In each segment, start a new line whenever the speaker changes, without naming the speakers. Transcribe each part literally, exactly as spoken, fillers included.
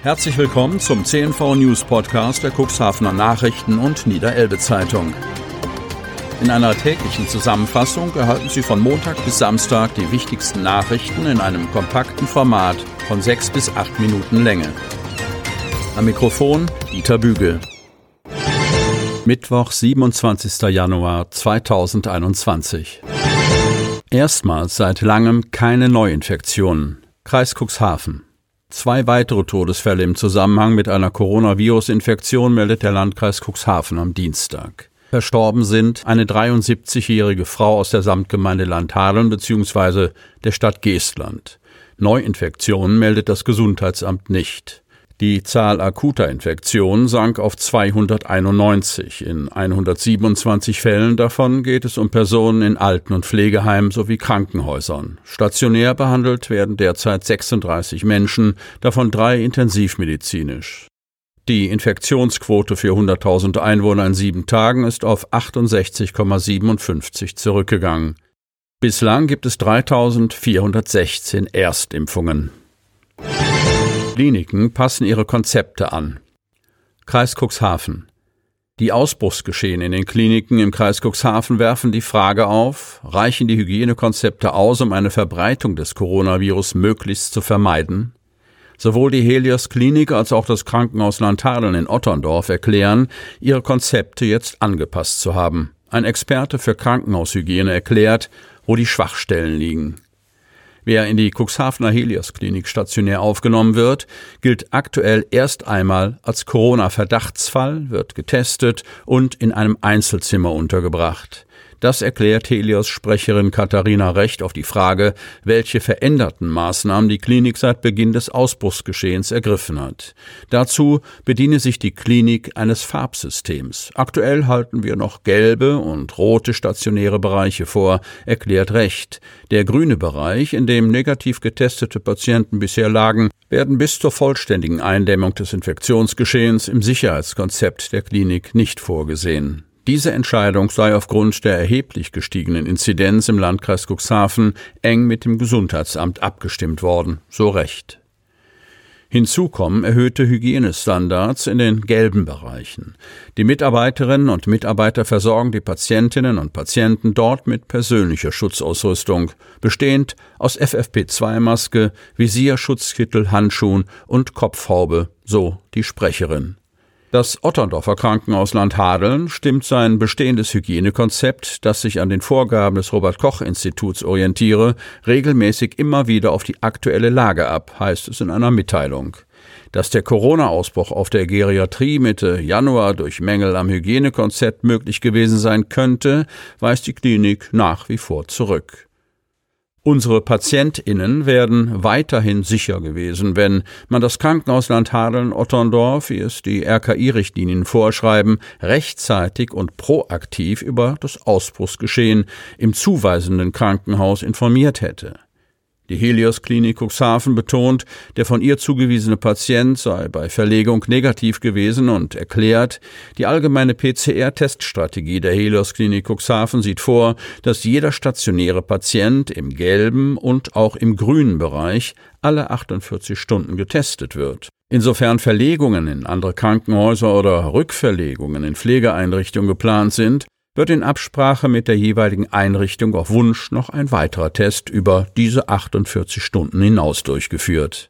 Herzlich willkommen zum C N V News Podcast der Cuxhavener Nachrichten und Niederelbe Zeitung. In einer täglichen Zusammenfassung erhalten Sie von Montag bis Samstag die wichtigsten Nachrichten in einem kompakten Format von sechs bis acht Minuten Länge. Am Mikrofon Dieter Bügel. Mittwoch, siebenundzwanzigster Januar zweitausendeinundzwanzig. Erstmals seit langem keine Neuinfektionen. Kreis Cuxhaven. Zwei weitere Todesfälle im Zusammenhang mit einer Coronavirus-Infektion meldet der Landkreis Cuxhaven am Dienstag. Verstorben sind eine dreiundsiebzigjährige Frau aus der Samtgemeinde Landhadeln bzw. der Stadt Geestland. Neuinfektionen meldet das Gesundheitsamt nicht. Die Zahl akuter Infektionen sank auf zweihunderteinundneunzig. In hundertsiebenundzwanzig Fällen davon geht es um Personen in Alten- und Pflegeheimen sowie Krankenhäusern. Stationär behandelt werden derzeit sechsunddreißig Menschen, davon drei intensivmedizinisch. Die Infektionsquote für hunderttausend Einwohner in sieben Tagen ist auf achtundsechzig Komma siebenundfünfzig zurückgegangen. Bislang gibt es dreitausendvierhundertsechzehn Erstimpfungen. Kliniken passen ihre Konzepte an. Kreis Cuxhaven. Die Ausbruchsgeschehen in den Kliniken im Kreis Cuxhaven werfen die Frage auf, reichen die Hygienekonzepte aus, um eine Verbreitung des Coronavirus möglichst zu vermeiden? Sowohl die Helios Klinik als auch das Krankenhaus Landhadeln in Otterndorf erklären, ihre Konzepte jetzt angepasst zu haben. Ein Experte für Krankenhaushygiene erklärt, wo die Schwachstellen liegen. Wer in die Cuxhavener Helios Klinik stationär aufgenommen wird, gilt aktuell erst einmal als Corona-Verdachtsfall, wird getestet und in einem Einzelzimmer untergebracht. Das erklärt Helios-Sprecherin Katharina Recht auf die Frage, welche veränderten Maßnahmen die Klinik seit Beginn des Ausbruchsgeschehens ergriffen hat. Dazu bediene sich die Klinik eines Farbsystems. Aktuell halten wir noch gelbe und rote stationäre Bereiche vor, erklärt Recht. Der grüne Bereich, in dem negativ getestete Patienten bisher lagen, werden bis zur vollständigen Eindämmung des Infektionsgeschehens im Sicherheitskonzept der Klinik nicht vorgesehen. Diese Entscheidung sei aufgrund der erheblich gestiegenen Inzidenz im Landkreis Cuxhaven eng mit dem Gesundheitsamt abgestimmt worden, so Recht. Hinzu kommen erhöhte Hygienestandards in den gelben Bereichen. Die Mitarbeiterinnen und Mitarbeiter versorgen die Patientinnen und Patienten dort mit persönlicher Schutzausrüstung, bestehend aus F F P zwei Maske, Visier, Schutzkittel, Handschuhen und Kopfhaube, so die Sprecherin. Das Otterndorfer Krankenhaus Landhadeln stimmt sein bestehendes Hygienekonzept, das sich an den Vorgaben des Robert-Koch-Instituts orientiere, regelmäßig immer wieder auf die aktuelle Lage ab, heißt es in einer Mitteilung. Dass der Corona-Ausbruch auf der Geriatrie Mitte Januar durch Mängel am Hygienekonzept möglich gewesen sein könnte, weist die Klinik nach wie vor zurück. Unsere PatientInnen werden weiterhin sicher gewesen, wenn man das Krankenhaus Landhadeln-Otterndorf, wie es die R K I-Richtlinien vorschreiben, rechtzeitig und proaktiv über das Ausbruchsgeschehen im zuweisenden Krankenhaus informiert hätte. Die Helios Klinik Cuxhaven betont, der von ihr zugewiesene Patient sei bei Verlegung negativ gewesen und erklärt, die allgemeine P C R-Teststrategie der Helios Klinik Cuxhaven sieht vor, dass jeder stationäre Patient im gelben und auch im grünen Bereich alle achtundvierzig Stunden getestet wird. Insofern Verlegungen in andere Krankenhäuser oder Rückverlegungen in Pflegeeinrichtungen geplant sind, wird in Absprache mit der jeweiligen Einrichtung auf Wunsch noch ein weiterer Test über diese achtundvierzig Stunden hinaus durchgeführt.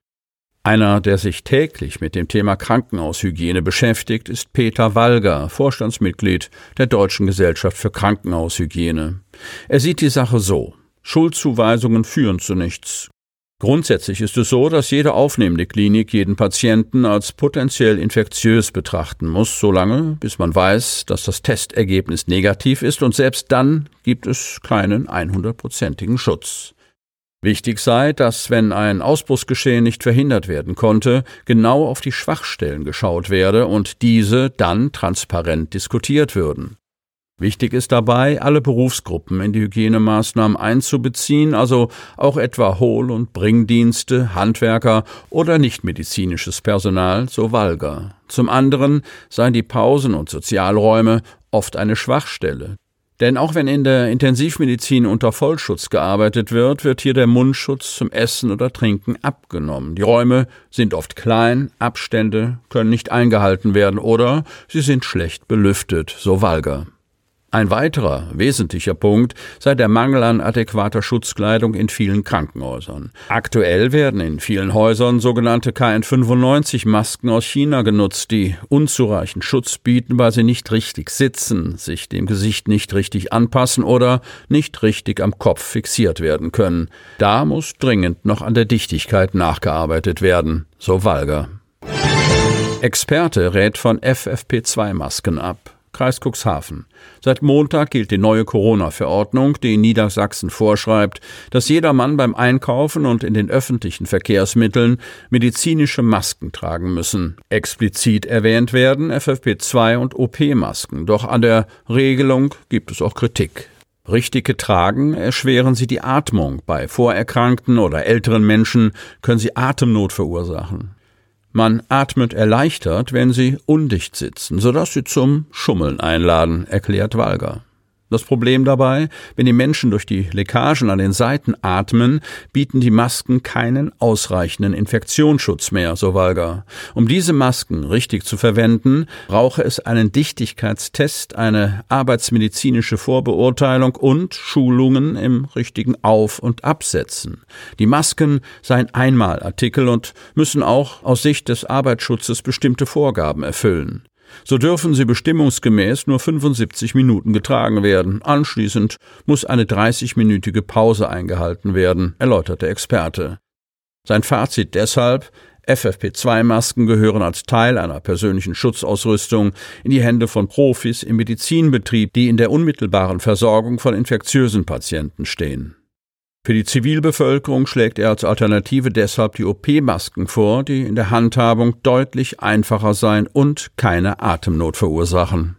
Einer, der sich täglich mit dem Thema Krankenhaushygiene beschäftigt, ist Peter Walger, Vorstandsmitglied der Deutschen Gesellschaft für Krankenhaushygiene. Er sieht die Sache so: Schuldzuweisungen führen zu nichts. Grundsätzlich ist es so, dass jede aufnehmende Klinik jeden Patienten als potenziell infektiös betrachten muss, solange bis man weiß, dass das Testergebnis negativ ist, und selbst dann gibt es keinen hundertprozentigen Schutz. Wichtig sei, dass, wenn ein Ausbruchsgeschehen nicht verhindert werden konnte, genau auf die Schwachstellen geschaut werde und diese dann transparent diskutiert würden. Wichtig ist dabei, alle Berufsgruppen in die Hygienemaßnahmen einzubeziehen, also auch etwa Hohl- und Bringdienste, Handwerker oder nichtmedizinisches Personal, so Walger. Zum anderen seien die Pausen und Sozialräume oft eine Schwachstelle. Denn auch wenn in der Intensivmedizin unter Vollschutz gearbeitet wird, wird hier der Mundschutz zum Essen oder Trinken abgenommen. Die Räume sind oft klein, Abstände können nicht eingehalten werden oder sie sind schlecht belüftet, so Walger. Ein weiterer wesentlicher Punkt sei der Mangel an adäquater Schutzkleidung in vielen Krankenhäusern. Aktuell werden in vielen Häusern sogenannte K N fünfundneunzig Masken aus China genutzt, die unzureichend Schutz bieten, weil sie nicht richtig sitzen, sich dem Gesicht nicht richtig anpassen oder nicht richtig am Kopf fixiert werden können. Da muss dringend noch an der Dichtigkeit nachgearbeitet werden, so Walger. Experte rät von F F P zwei Masken ab. Kreis Cuxhaven. Seit Montag gilt die neue Corona-Verordnung, die in Niedersachsen vorschreibt, dass jedermann beim Einkaufen und in den öffentlichen Verkehrsmitteln medizinische Masken tragen müssen. Explizit erwähnt werden F F P zwei und O P-Masken, doch an der Regelung gibt es auch Kritik. Richtig getragen erschweren sie die Atmung. Bei vorerkrankten oder älteren Menschen können sie Atemnot verursachen. Man atmet erleichtert, wenn sie undicht sitzen, sodass sie zum Schummeln einladen, erklärt Walger. Das Problem dabei, wenn die Menschen durch die Leckagen an den Seiten atmen, bieten die Masken keinen ausreichenden Infektionsschutz mehr, so Walger. Um diese Masken richtig zu verwenden, brauche es einen Dichtigkeitstest, eine arbeitsmedizinische Vorbeurteilung und Schulungen im richtigen Auf- und Absetzen. Die Masken seien Einmalartikel und müssen auch aus Sicht des Arbeitsschutzes bestimmte Vorgaben erfüllen. So dürfen sie bestimmungsgemäß nur fünfundsiebzig Minuten getragen werden. Anschließend muss eine dreißigminütige Pause eingehalten werden, erläutert der Experte. Sein Fazit deshalb: F F P zwei Masken gehören als Teil einer persönlichen Schutzausrüstung in die Hände von Profis im Medizinbetrieb, die in der unmittelbaren Versorgung von infektiösen Patienten stehen. Für die Zivilbevölkerung schlägt er als Alternative deshalb die O P-Masken vor, die in der Handhabung deutlich einfacher seien und keine Atemnot verursachen.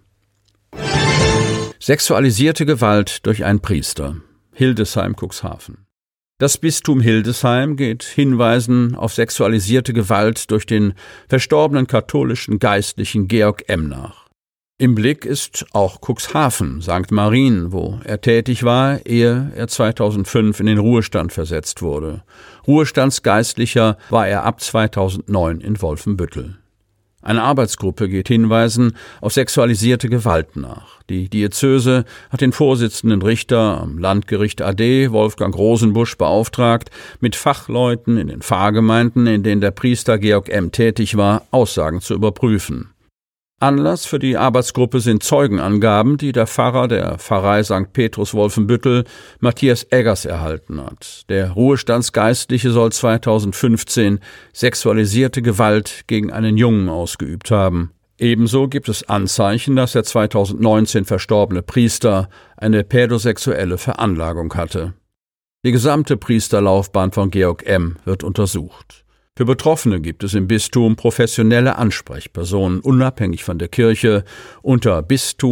Sexualisierte Gewalt durch einen Priester. Hildesheim, Cuxhaven. Das Bistum Hildesheim geht Hinweisen auf sexualisierte Gewalt durch den verstorbenen katholischen Geistlichen Georg M. nach. Im Blick ist auch Cuxhaven, Sankt Marien, wo er tätig war, ehe er zweitausendfünf in den Ruhestand versetzt wurde. Ruhestandsgeistlicher war er ab zweitausendneun in Wolfenbüttel. Eine Arbeitsgruppe geht Hinweisen auf sexualisierte Gewalt nach. Die Diözese hat den Vorsitzenden Richter am Landgericht A D, Wolfgang Rosenbusch, beauftragt, mit Fachleuten in den Pfarrgemeinden, in denen der Priester Georg M. tätig war, Aussagen zu überprüfen. Anlass für die Arbeitsgruppe sind Zeugenangaben, die der Pfarrer der Pfarrei Sankt Petrus Wolfenbüttel, Matthias Eggers, erhalten hat. Der Ruhestandsgeistliche soll zweitausendfünfzehn sexualisierte Gewalt gegen einen Jungen ausgeübt haben. Ebenso gibt es Anzeichen, dass der zweitausendneunzehn verstorbene Priester eine pädosexuelle Veranlagung hatte. Die gesamte Priesterlaufbahn von Georg M. wird untersucht. Für Betroffene gibt es im Bistum professionelle Ansprechpersonen, unabhängig von der Kirche, unter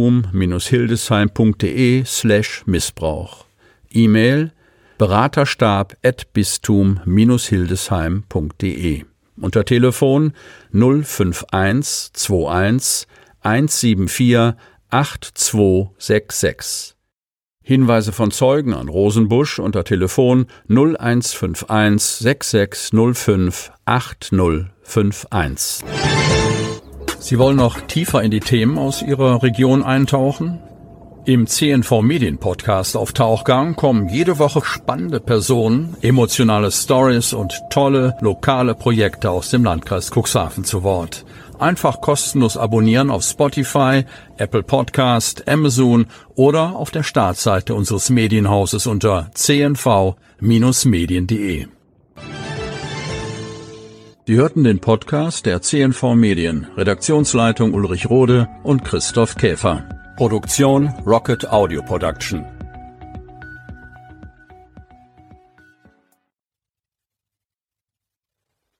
bistum-hildesheim.de slash Missbrauch. E-Mail beraterstab at bistum-hildesheim.de. Unter Telefon null fünf eins zwei eins eins sieben vier acht zwei sechs sechs. Hinweise von Zeugen an Rosenbusch unter Telefon null eins fünf eins sechs sechs null fünf acht null fünf eins. Sie wollen noch tiefer in die Themen aus Ihrer Region eintauchen? Im C N V Medien Podcast auf Tauchgang kommen jede Woche spannende Personen, emotionale Stories und tolle lokale Projekte aus dem Landkreis Cuxhaven zu Wort. Einfach kostenlos abonnieren auf Spotify, Apple Podcast, Amazon oder auf der Startseite unseres Medienhauses unter c n v Medien punkt de. Sie hörten den Podcast der C N V Medien, Redaktionsleitung Ulrich Rode und Christoph Käfer. Produktion Rocket Audio Production.